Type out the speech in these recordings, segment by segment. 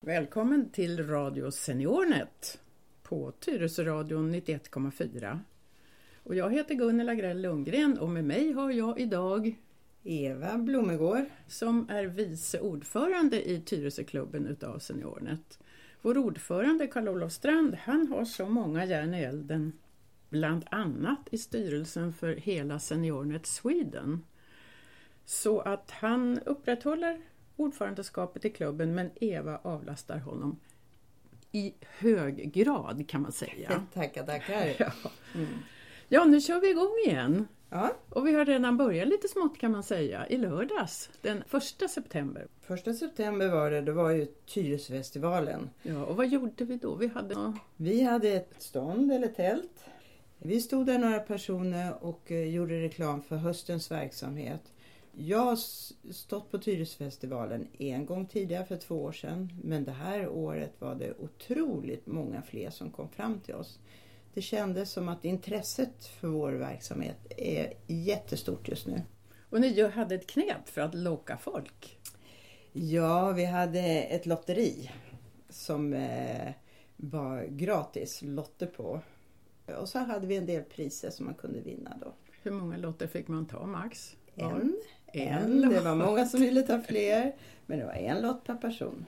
Välkommen till Radio Seniornet på Tyresöradion 91,4. Och jag heter Gunilla Grell Lundgren och med mig har jag idag Eva Blomegård som är vice ordförande i Tyresöklubben utav Seniornet. Vår ordförande Karl-Olof Strand, han har så många järn i elden, bland annat i styrelsen för hela Seniornet Sweden. Så att han upprätthåller ordförandeskapet i klubben, men Eva avlastar honom i hög grad kan man säga. Tackar. Ja. Ja, nu kör vi igång igen. Ja. Och vi har redan börjat lite smått kan man säga, i lördags, den 1 september. 1 september det var ju Tyresöfestivalen. Ja, och vad gjorde vi då? Vi hade ett stånd eller tält. Vi stod där några personer och gjorde reklam för höstens verksamhet. Jag har stått på Tyresöfestivalen en gång tidigare för 2 år sedan. Men det här året var det otroligt många fler som kom fram till oss. Det kändes som att intresset för vår verksamhet är jättestort just nu. Och ni hade ett knep för att locka folk. Ja, vi hade ett lotteri som var gratis lotter på. Och så hade vi en del priser som man kunde vinna då. Hur många lotter fick man ta, Max? En. Det var många som ville ta fler. Men det var en lott per person.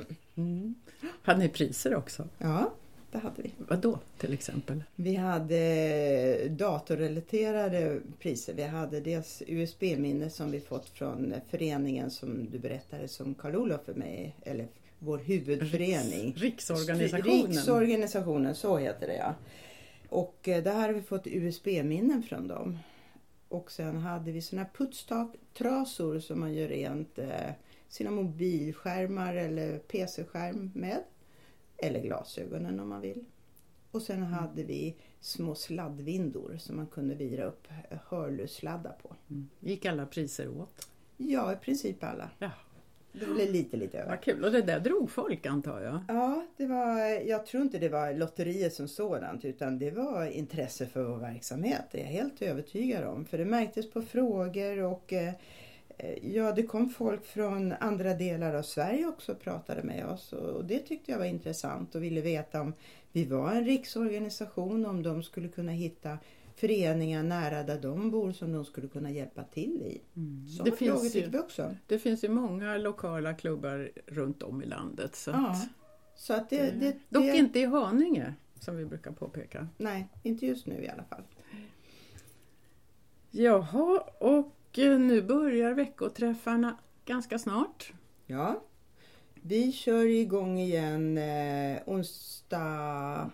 Hade ni priser också? Ja, det hade vi. Vad då till exempel? Vi hade datorrelaterade priser. Vi hade dels USB-minne som vi fått från föreningen som du berättade som Karl-Olof för mig. Eller vår huvudförening. Riksorganisationen, så heter det ja. Och där hade vi fått USB-minnen från dem. Och sen hade vi såna puttstrasor som man gör rent sina mobilskärmar eller PC-skärm med. Eller glasögonen om man vill. Och sen hade vi små sladdvindor som man kunde vira upp hörlurssladdar på. Gick alla priser åt? Ja, i princip alla. Ja. Det blev lite över. Vad kul. Och det där drog folk antar jag? Ja, jag tror inte det var lotteriet som sådant utan det var intresse för vår verksamhet. Det är jag helt övertygad om. För det märktes på frågor och det kom folk från andra delar av Sverige också och pratade med oss. Och det tyckte jag var intressant och ville veta om vi var en riksorganisation, om de skulle kunna hitta föreningar nära där de bor som de skulle kunna hjälpa till i. Det finns ju också. Det finns ju många lokala klubbar runt om i landet. Så att dock inte i Haninge som vi brukar påpeka. Nej, inte just nu i alla fall. Jaha, och nu börjar veckoträffarna ganska snart. Ja, vi kör igång igen onsdag...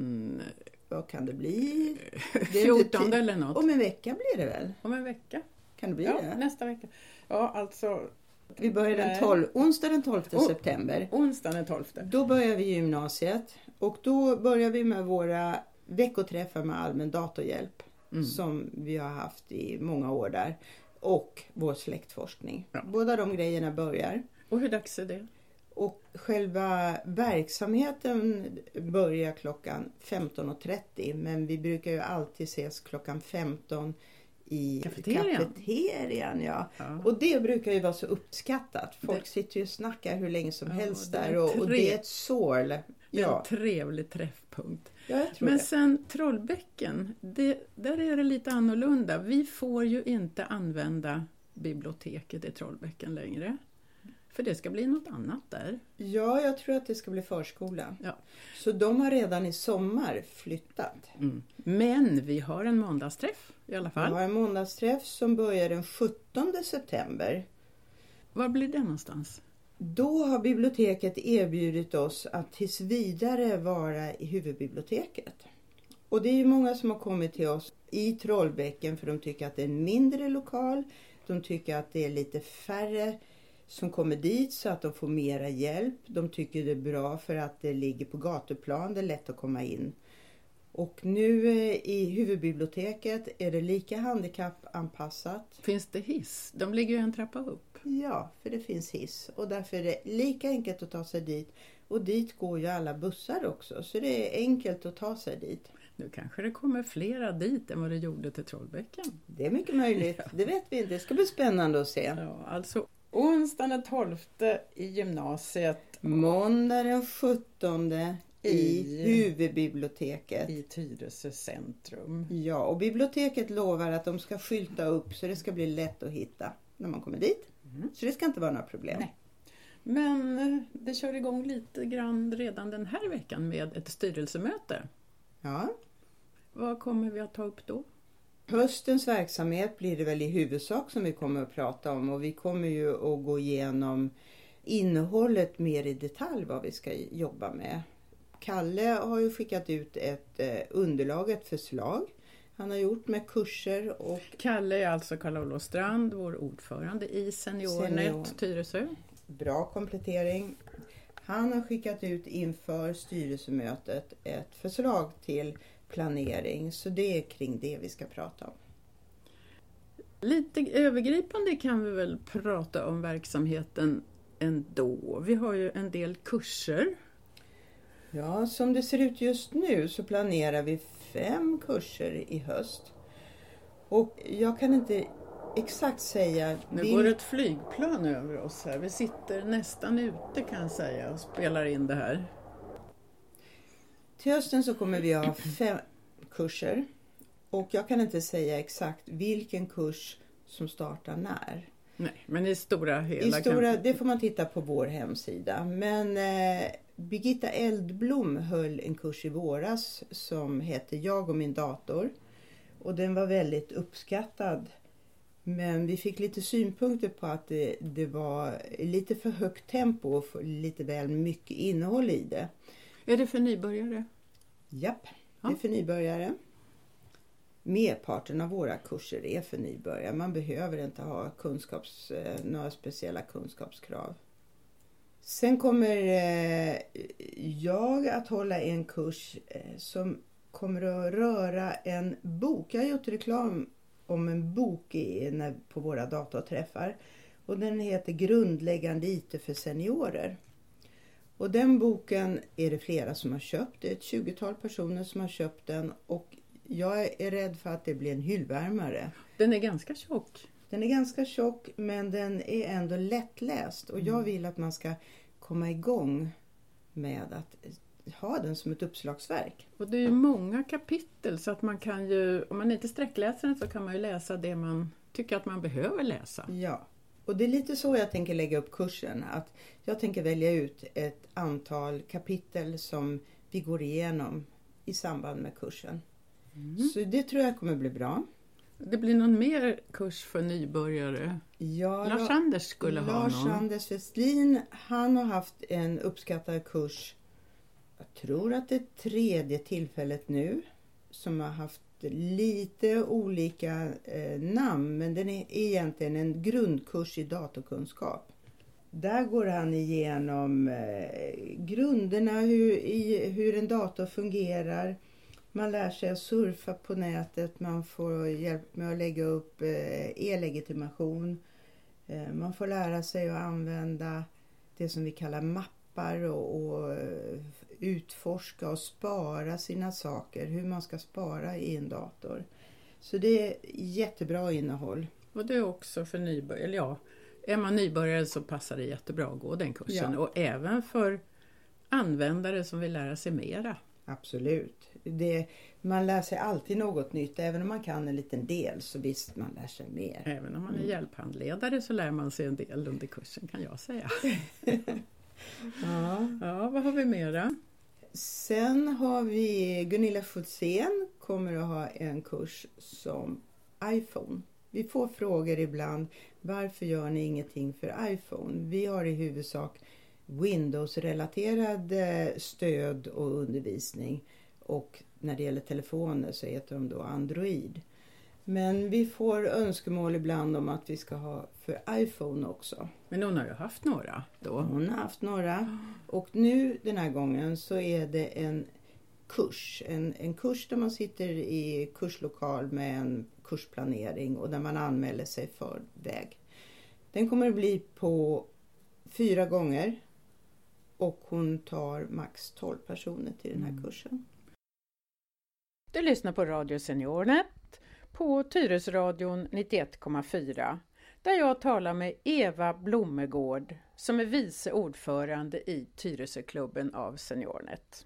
Vad kan det bli? 14 eller något. Om en vecka blir det väl? Om en vecka. Kan det bli det? Nästa vecka. Ja, alltså... Vi börjar onsdag den 12 september. Onsdag den 12. Då börjar vi gymnasiet. Och då börjar vi med våra veckoträffar med allmän datorhjälp. Som vi har haft i många år där. Och vår släktforskning. Ja. Båda de grejerna börjar. Och hur dags är det? Och själva verksamheten börjar klockan 15.30. Men vi brukar ju alltid ses klockan 15 i kafeterian. Ja. Och det brukar ju vara så uppskattat. Folk sitter ju och snackar hur länge som helst där. Och det är ett sål. Det är en trevlig träffpunkt. Ja, jag tror men sen Trollbäcken, där är det lite annorlunda. Vi får ju inte använda biblioteket i Trollbäcken längre. För det ska bli något annat där. Ja, jag tror att det ska bli förskola. Ja. Så de har redan i sommar flyttat. Men vi har en måndagsträff i alla fall. Vi har en måndagsträff som börjar den 17 september. Var blir det någonstans? Då har biblioteket erbjudit oss att tills vidare vara i huvudbiblioteket. Och det är ju många som har kommit till oss i Trollbäcken för de tycker att det är en mindre lokal. De tycker att det är lite färre som kommer dit så att de får mera hjälp. De tycker det är bra för att det ligger på gatuplan, det är lätt att komma in. Och nu i huvudbiblioteket är det lika handikappanpassat. Finns det hiss? De ligger ju en trappa upp. Ja, för det finns hiss. Och därför är det lika enkelt att ta sig dit. Och dit går ju alla bussar också. Så det är enkelt att ta sig dit. Nu kanske det kommer flera dit än vad det gjorde till Trollbäcken. Det är mycket möjligt. Det vet vi inte. Det ska bli spännande att se. Ja, alltså Onsdagen den 12 i gymnasiet. Måndag den 17 i huvudbiblioteket. I Tyresö centrum. Ja, och biblioteket lovar att de ska skylta upp så det ska bli lätt att hitta när man kommer dit. Så det ska inte vara några problem. Nej. Men det kör igång lite grann redan den här veckan med ett styrelsemöte. Ja. Vad kommer vi att ta upp då? Höstens verksamhet blir det väl i huvudsak som vi kommer att prata om. Och vi kommer ju att gå igenom innehållet mer i detalj vad vi ska jobba med. Kalle har ju skickat ut ett underlag, ett förslag. Han har gjort med kurser och... Kalle är alltså Carl-Olof Strand, vår ordförande i Seniornet Tyresö. Bra komplettering. Han har skickat ut inför styrelsemötet ett förslag till planering. Så det är kring det vi ska prata om. Lite övergripande kan vi väl prata om verksamheten ändå. Vi har ju en del kurser. Ja, som det ser ut just nu så planerar vi 5 kurser i höst. Och jag kan inte exakt säga... Nu går ett flygplan över oss här. Vi sitter nästan ute kan jag säga och spelar in det här. Till hösten så kommer vi ha 5 kurser. Och jag kan inte säga exakt vilken kurs som startar när. Nej, men i stora hela... Det får man titta på vår hemsida. Men Birgitta Eldblom höll en kurs i våras som heter Jag och min dator. Och den var väldigt uppskattad. Men vi fick lite synpunkter på att det var lite för högt tempo och lite väl mycket innehåll i det. Är det för nybörjare? Japp, det är för nybörjare. Merparten av våra kurser är för nybörjare. Man behöver inte ha några speciella kunskapskrav. Sen kommer jag att hålla en kurs som kommer att röra en bok. Jag har gjort reklam om en bok på våra datorträffar. Och den heter Grundläggande IT för seniorer. Och den boken är det flera som har köpt. Det är ett 20-tal personer som har köpt den. Och jag är rädd för att det blir en hyllvärmare. Den är ganska tjock. Den är ganska tjock men den är ändå lättläst. Och jag vill att man ska komma igång med att ha den som ett uppslagsverk. Och det är ju många kapitel så att man kan ju, om man inte sträckläser den så kan man ju läsa det man tycker att man behöver läsa. Ja, och det är lite så jag tänker lägga upp kursen. Att jag tänker välja ut ett antal kapitel som vi går igenom i samband med kursen. Så det tror jag kommer bli bra. Det blir någon mer kurs för nybörjare? Ja, Lars-Anders skulle ha någon. Lars-Anders Westlin, han har haft en uppskattad kurs. Jag tror att det är 3:e tillfället nu. Som har haft lite olika namn. Men den är egentligen en grundkurs i datorkunskap. Där går han igenom grunderna hur en dator fungerar. Man lär sig att surfa på nätet. Man får hjälp med att lägga upp e-legitimation. Man får lära sig att använda det som vi kallar mappar och utforska och spara sina saker. Hur man ska spara i en dator. Så det är jättebra innehåll. Och det är också för nybörjare. Eller ja, är man nybörjare så passar det jättebra att gå den kursen. Ja. Och även för användare som vill lära sig mera. Absolut. Man lär sig alltid något nytt. Även om man kan en liten del så visst man lär sig mer. Även om man är hjälphandledare så lär man sig en del under kursen kan jag säga. Ja, vad har vi mera? Sen har vi Gunilla Schultzén kommer att ha en kurs som iPhone. Vi får frågor ibland. Varför gör ni ingenting för iPhone? Vi har i huvudsak Windows-relaterad stöd och undervisning. Och när det gäller telefoner så heter de då Android. Men vi får önskemål ibland om att vi ska ha för iPhone också. Men hon har ju haft några då. Hon har haft några. Och nu den här gången så är det en kurs. En kurs där man sitter i kurslokal med en kursplanering och där man anmäler sig för väg. Den kommer att bli på 4 gånger. Och hon tar max 12 personer till den här kursen. Du lyssnar på Radio Seniornet på Tyresradion 91,4. där jag talar med Eva Blomegård som är vice ordförande i Tyresöklubben av SeniorNet.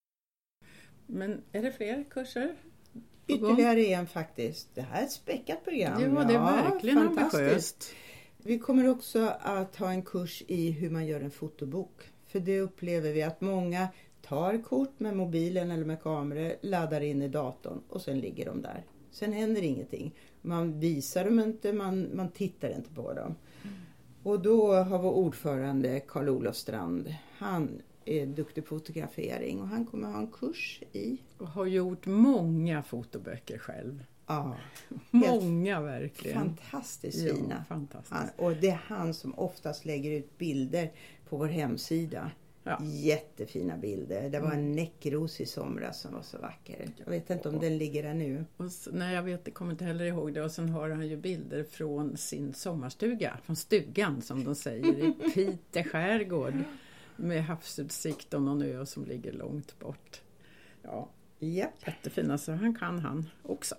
Men är det fler kurser? Ytterligare en faktiskt. Det här är ett späckat program. Ja, det är verkligen ambitiöst. Vi kommer också att ha en kurs i hur man gör en fotobok. För det upplever vi att många tar kort med mobilen eller med kameror, laddar in i datorn och sen ligger de där. Sen händer ingenting. Man visar dem inte, man tittar inte på dem. Och då har vår ordförande Karl-Olof Strand, han är duktig på fotografering och han kommer ha en kurs i... Och har gjort många fotoböcker själv. Ja. Många verkligen. Fantastiskt fina. Ja, fantastiskt. Och det är han som oftast lägger ut bilder på vår hemsida. Ja. Jättefina bilder. Det var en näckros i somras som var så vacker. Jag vet inte om den ligger där nu. Nej, jag vet, jag kommer inte heller ihåg det. Och sen har han ju bilder från sin sommarstuga. Från stugan som de säger i Pite skärgård. Med havsutsikt och någon ö som ligger långt bort. Ja, jättefina. Så han också.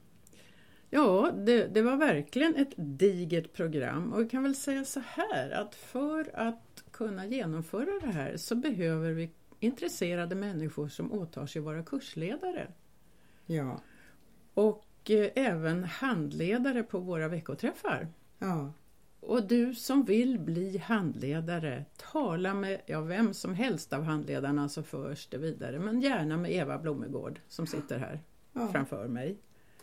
Ja, det var verkligen ett digert program. Och vi kan väl säga så här att för att kunna genomföra det här så behöver vi intresserade människor som åtar sig vara kursledare. Ja. Och även handledare på våra veckoträffar. Ja. Och du som vill bli handledare, tala med vem som helst av handledarna så förs det vidare. Men gärna med Eva Blomegård som sitter här framför mig.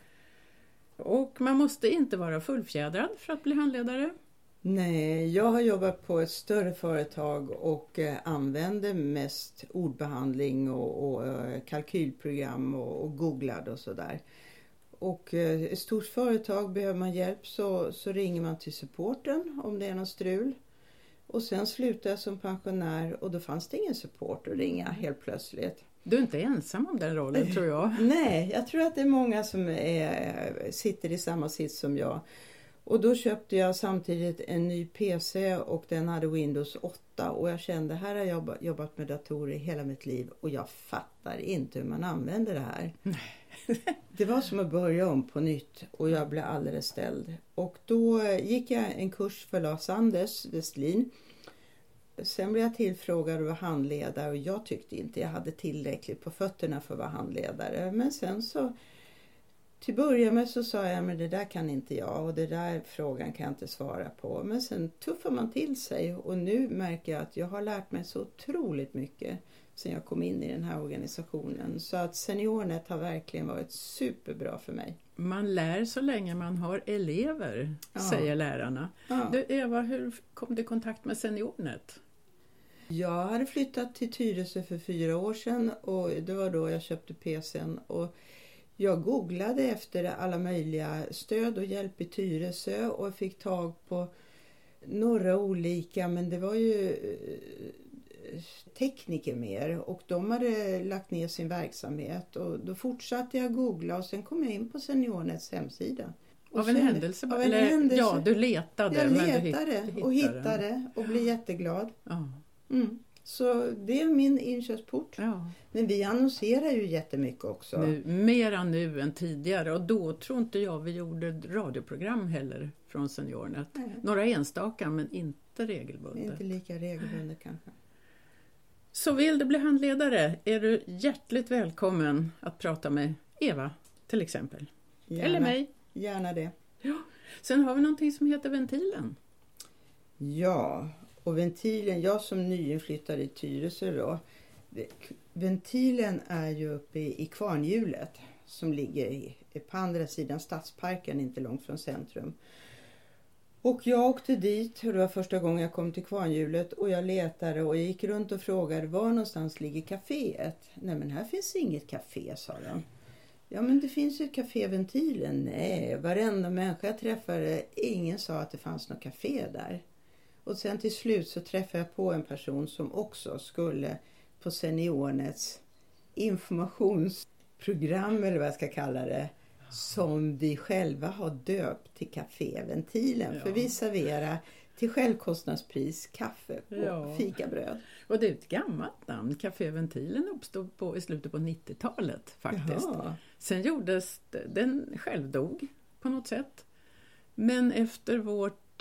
Och man måste inte vara fullfjädrad för att bli handledare. Nej, jag har jobbat på ett större företag och använder mest ordbehandling och kalkylprogram och googlad och sådär. Och ett stort företag behöver man hjälp så ringer man till supporten om det är någon strul. Och sen slutar jag som pensionär och då fanns det ingen support att ringa helt plötsligt. Du är inte ensam om den rollen tror jag. Nej, jag tror att det är många som sitter i samma sits som jag. Och då köpte jag samtidigt en ny PC och den hade Windows 8. Och jag kände, här har jag jobbat med datorer hela mitt liv och jag fattar inte hur man använder det här. Det var som att börja om på nytt och jag blev alldeles ställd. Och då gick jag en kurs för Lars-Anders Westlin. Sen blev jag tillfrågad att vara handledare och jag tyckte inte jag hade tillräckligt på fötterna för att vara handledare. Men sen så till början med så sa jag, men det där kan inte jag och det där frågan kan jag inte svara på. Men sen tuffar man till sig och nu märker jag att jag har lärt mig så otroligt mycket sen jag kom in i den här organisationen. Så att SeniorNet har verkligen varit superbra för mig. Man lär så länge man har elever, säger lärarna. Ja. Du Eva, hur kom du i kontakt med SeniorNet? Jag hade flyttat till Tyresö för 4 år sedan och det var då jag köpte PC:n och jag googlade efter alla möjliga stöd och hjälp i Tyresö och fick tag på några olika, men det var ju tekniker mer och de hade lagt ner sin verksamhet och då fortsatte jag googla och sen kom jag in på SeniorNets hemsida. Av en händelse? Ja, du letade. Jag letade och hittade och blev jätteglad. Ja. Mm. Så det är min inkörsport. Ja. Men vi annonserar ju jättemycket också. Mera nu än tidigare. Och då tror inte jag vi gjorde radioprogram heller från SeniorNet. Nej. Några enstaka men inte regelbundet. Inte lika regelbundet kanske. Så vill du bli handledare är du hjärtligt välkommen att prata med Eva till exempel. Gärna, eller mig. Gärna det. Ja. Sen har vi någonting som heter Ventilen. Ja, och Ventilen, jag som nyinflyttad i Tyresö då. Ventilen är ju uppe i Kvarnhjulet som ligger på andra sidan Stadsparken, inte långt från centrum. Och jag åkte dit och det var första gången jag kom till Kvarnhjulet och jag letade och jag gick runt och frågade var någonstans ligger kaféet. Nej, men här finns inget kafé, sa de. Ja, men det finns ju ett café Ventilen. Nej, varenda människa jag träffade, ingen sa att det fanns något café där. Och sen till slut så träffade jag på en person som också skulle på SeniorNets informationsprogram eller vad jag ska kalla det. Som vi själva har döpt till Café Ventilen. Ja. För vi serverar till självkostnadspris kaffe och fikabröd. Och det är ett gammalt namn. Café Ventilen uppstod i slutet på 90-talet faktiskt. Jaha. Sen gjordes den självdog på något sätt. Men efter vårt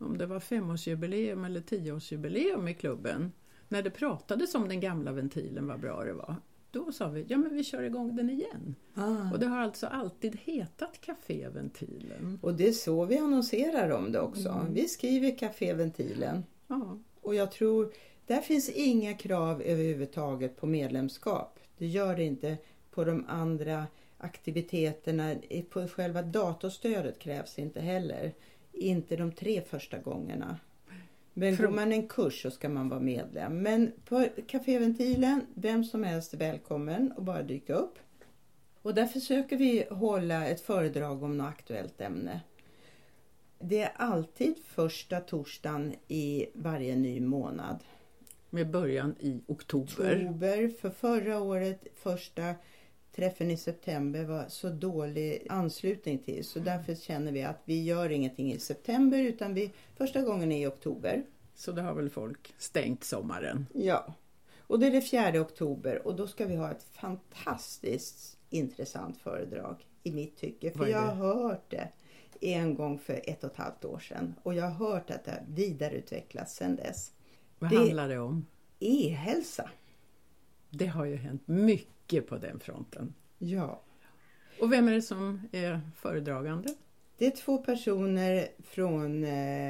om det var 5-årsjubileum eller 10-årsjubileum i klubben, när det pratades om den gamla ventilen, vad bra det var. Då sa vi, ja men vi kör igång den igen. Och det har alltså alltid hetat Caféventilen. Och det är så vi annonserar om det också. Vi skriver Caféventilen. Ja. Och jag tror, där finns inga krav överhuvudtaget på medlemskap. Det gör det inte på de andra aktiviteterna. På själva datorstödet krävs inte heller. Inte de 3 första gångerna. Men går man en kurs så ska man vara medlem. Men på Caféventilen, vem som helst är välkommen och bara dyka upp. Och där försöker vi hålla ett föredrag om något aktuellt ämne. Det är alltid första torsdagen i varje ny månad. Med början i oktober. För förra året, första träffen i september var så dålig anslutning till. Så därför känner vi att vi gör ingenting i september utan första gången är i oktober. Så det har väl folk stängt sommaren. Ja, och det är det 4 oktober och då ska vi ha ett fantastiskt intressant föredrag i mitt tycke. För jag har hört det en gång för 1,5 år sedan och jag har hört att det har vidareutvecklats sedan dess. Vad handlar det om? E-hälsa. Det har ju hänt mycket på den fronten. Ja. Och vem är det som är föredragande? Det är 2 personer från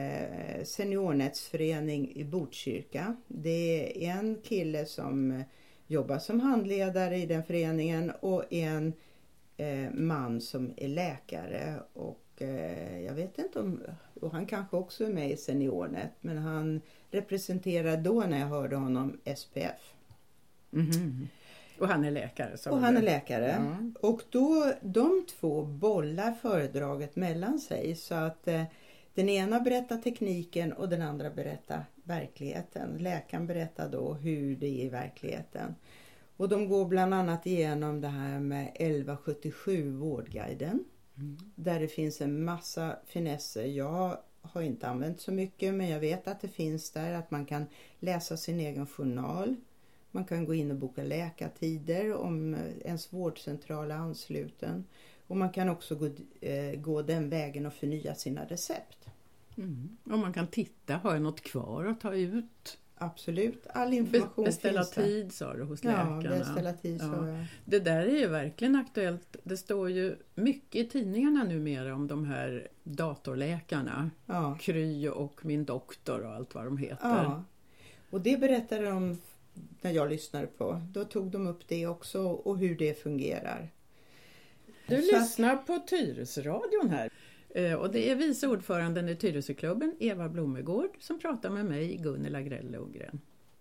Seniornätsförening i Botkyrka. Det är en kille som jobbar som handledare i den föreningen och en man som är läkare. Och jag vet inte och han kanske också är med i Seniornet, men han representerar då när jag hörde honom SPF. Mm-hmm. Och han är läkare. Och han är läkare. Ja. Och då de 2 bollar föredraget mellan sig så att den ena berättar tekniken och den andra berättar verkligheten. Läkaren berättar då hur det är i verkligheten. Och de går bland annat igenom det här med 1177 vårdguiden. Där det finns en massa finesser. Jag har inte använt så mycket men jag vet att det finns där. Att man kan läsa sin egen journal. Man kan gå in och boka läkartider om ens vårdcentral är ansluten. Och man kan också gå den vägen och förnya sina recept. Och man kan titta, har jag något kvar att ta ut? Absolut, all information beställa finns där. tid sa du hos läkarna. Ja, beställa tid sa jag. Det där är ju verkligen aktuellt. Det står ju mycket i tidningarna numera om de här datorläkarna. Ja. Kry och Min doktor och allt vad de heter. Ja, och det berättade de när jag lyssnade på. Då tog de upp det också och hur det fungerar. Du lyssnar på Tyresöradion här. Och det är vice ordföranden i Tyresöklubben, Eva Blomegård, som pratar med mig, Gunilla Grell-Lundgren.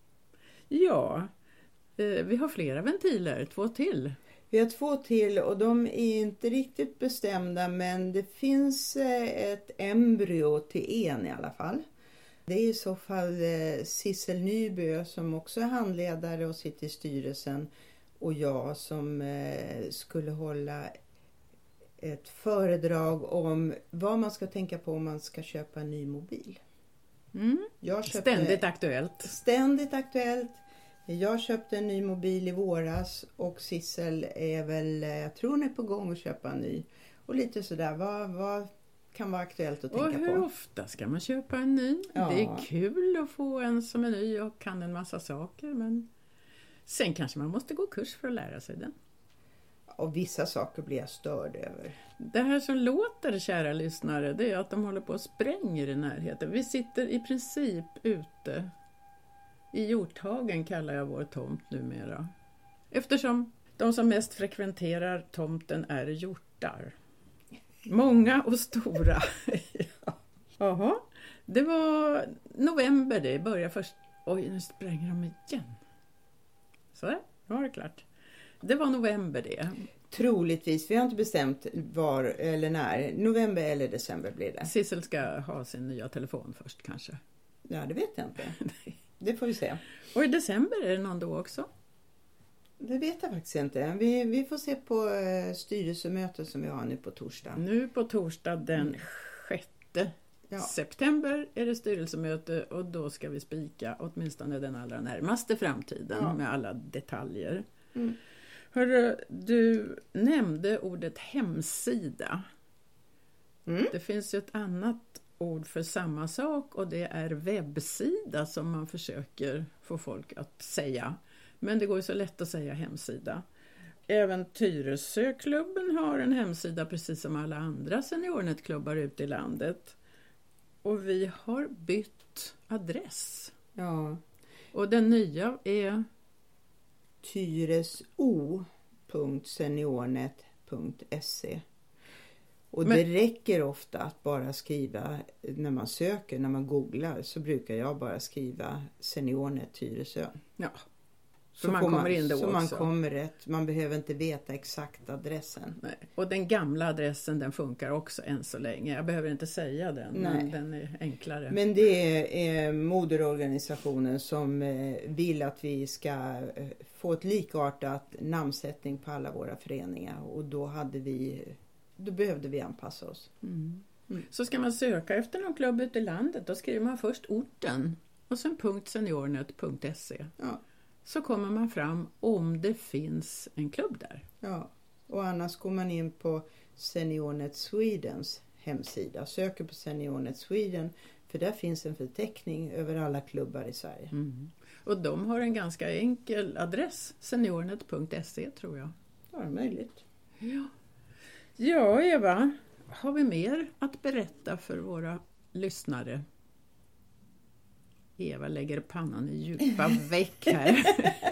Ja, vi har flera ventiler, 2 till. Vi har 2 till och de är inte riktigt bestämda, men det finns ett embryo till en i alla fall. Det är i så fall Sissel Nybö som också är handledare och sitter i styrelsen och jag som skulle hålla ett föredrag om vad man ska tänka på om man ska köpa en ny mobil. Ständigt aktuellt. Ständigt aktuellt. Jag köpte en ny mobil i våras och Sissel är väl, jag tror hon är på gång att köpa en ny. Och lite sådär, vad kan vara aktuellt att tänka på. Och hur ofta ska man köpa en ny? Ja. Det är kul att få en som är ny och kan en massa saker. Men sen kanske man måste gå kurs för att lära sig den. Och vissa saker blir jag störd över. Det här som låter, kära lyssnare, det är att de håller på och spränger i närheten. Vi sitter i princip ute. I Hjorthagen kallar jag vår tomt numera. Eftersom de som mest frekventerar tomten är hjortar. Många och stora. Jaha, det var november det. Börjar först. Oj, nu spränger de igen. Så där, nu var det klart. Det var november det. Troligtvis, vi har inte bestämt var eller när. November eller december blir det. Sissel ska ha sin nya telefon först kanske. Ja, det vet jag inte. Det får vi se. Och i december är det någon då också? Det vet jag faktiskt inte. Vi får se på styrelsemötet som vi har nu på torsdag. Nu på torsdag den 6 september är det styrelsemöte och då ska vi spika åtminstone den allra närmaste framtiden med alla detaljer. Hörru, du nämnde ordet hemsida. Det finns ju ett annat ord för samma sak och det är webbsida som man försöker få folk att säga. Men det går ju så lätt att säga hemsida. Även Tyresöklubben har en hemsida precis som alla andra SeniorNet-klubbar ute i landet. Och vi har bytt adress. Ja. Och den nya är tyreso.seniornet.se. Och det räcker ofta att bara skriva, när man söker, när man googlar, så brukar jag bara skriva SeniorNet Tyresö. Ja. Så man kommer in då så också. Man kommer rätt. Man behöver inte veta exakt adressen. Nej. Och den gamla adressen, den funkar också än så länge. Jag behöver inte säga den, men den är enklare. Men det är moderorganisationen som vill att vi ska få ett likartat namnsättning på alla våra föreningar. Och då behövde vi anpassa oss. Mm. Mm. Så ska man söka efter någon klubb ute i landet, då skriver man först orten och sen .seniornet.se. Ja. Så kommer man fram om det finns en klubb där. Ja, och annars går man in på SeniorNet Swedens hemsida. Söker på SeniorNet Sweden, för där finns en förteckning över alla klubbar i Sverige. Mm. Och de har en ganska enkel adress, seniornet.se tror jag. Ja, det är möjligt. Ja, Eva, har vi mer att berätta för våra lyssnare? Eva lägger pannan i djupa veck här.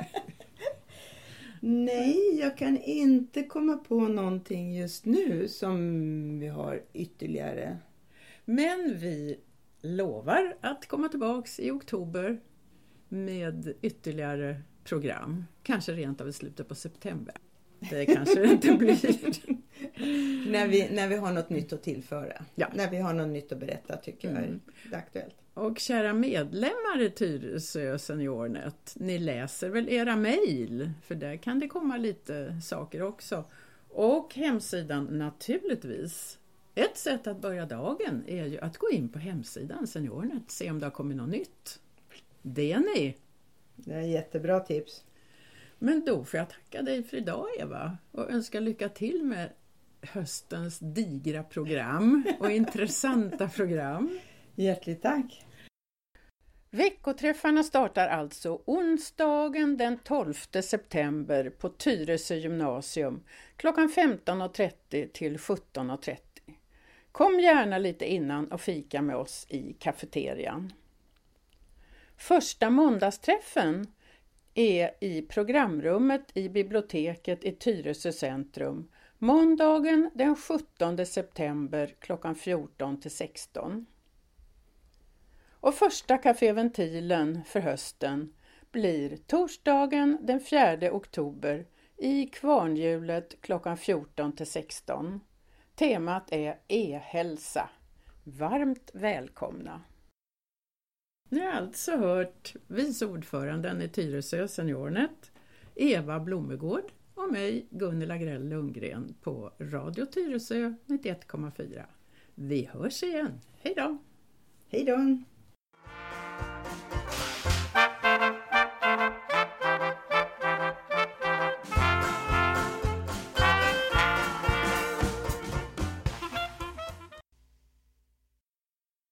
Nej, jag kan inte komma på någonting just nu som vi har ytterligare. Men vi lovar att komma tillbaks i oktober med ytterligare program. Kanske rent av i slutet på september. Det kanske det inte blir. När vi har något nytt att tillföra. Ja. När vi har något nytt att berätta tycker jag det är aktuellt. Och kära medlemmar i Tyresö SeniorNet, ni läser väl era mejl? För där kan det komma lite saker också. Och hemsidan naturligtvis. Ett sätt att börja dagen är ju att gå in på hemsidan SeniorNet, se om det har kommit något nytt. Det är ni. Det är jättebra tips. Men då får jag tacka dig för idag, Eva, och önska lycka till med höstens digra program och intressanta program. Hjärtligt tack! Veckoträffarna startar alltså onsdagen den 12 september på Tyresö gymnasium klockan 15.30 till 17.30. Kom gärna lite innan och fika med oss i kafeterian. Första måndagsträffen är i programrummet i biblioteket i Tyresö centrum måndagen den 17 september klockan 14 till 16. Och första kaféventilen för hösten blir torsdagen den 4 oktober i Kvarnhjulet klockan 14 till 16. Temat är e-hälsa. Varmt välkomna! Ni har alltså hört vice ordföranden i Tyresö SeniorNet, Eva Blomegård, och mig, Gunilla Grell Lundgren, på Radio Tyresö 91,4. Vi hörs igen. Hej då! Hej då!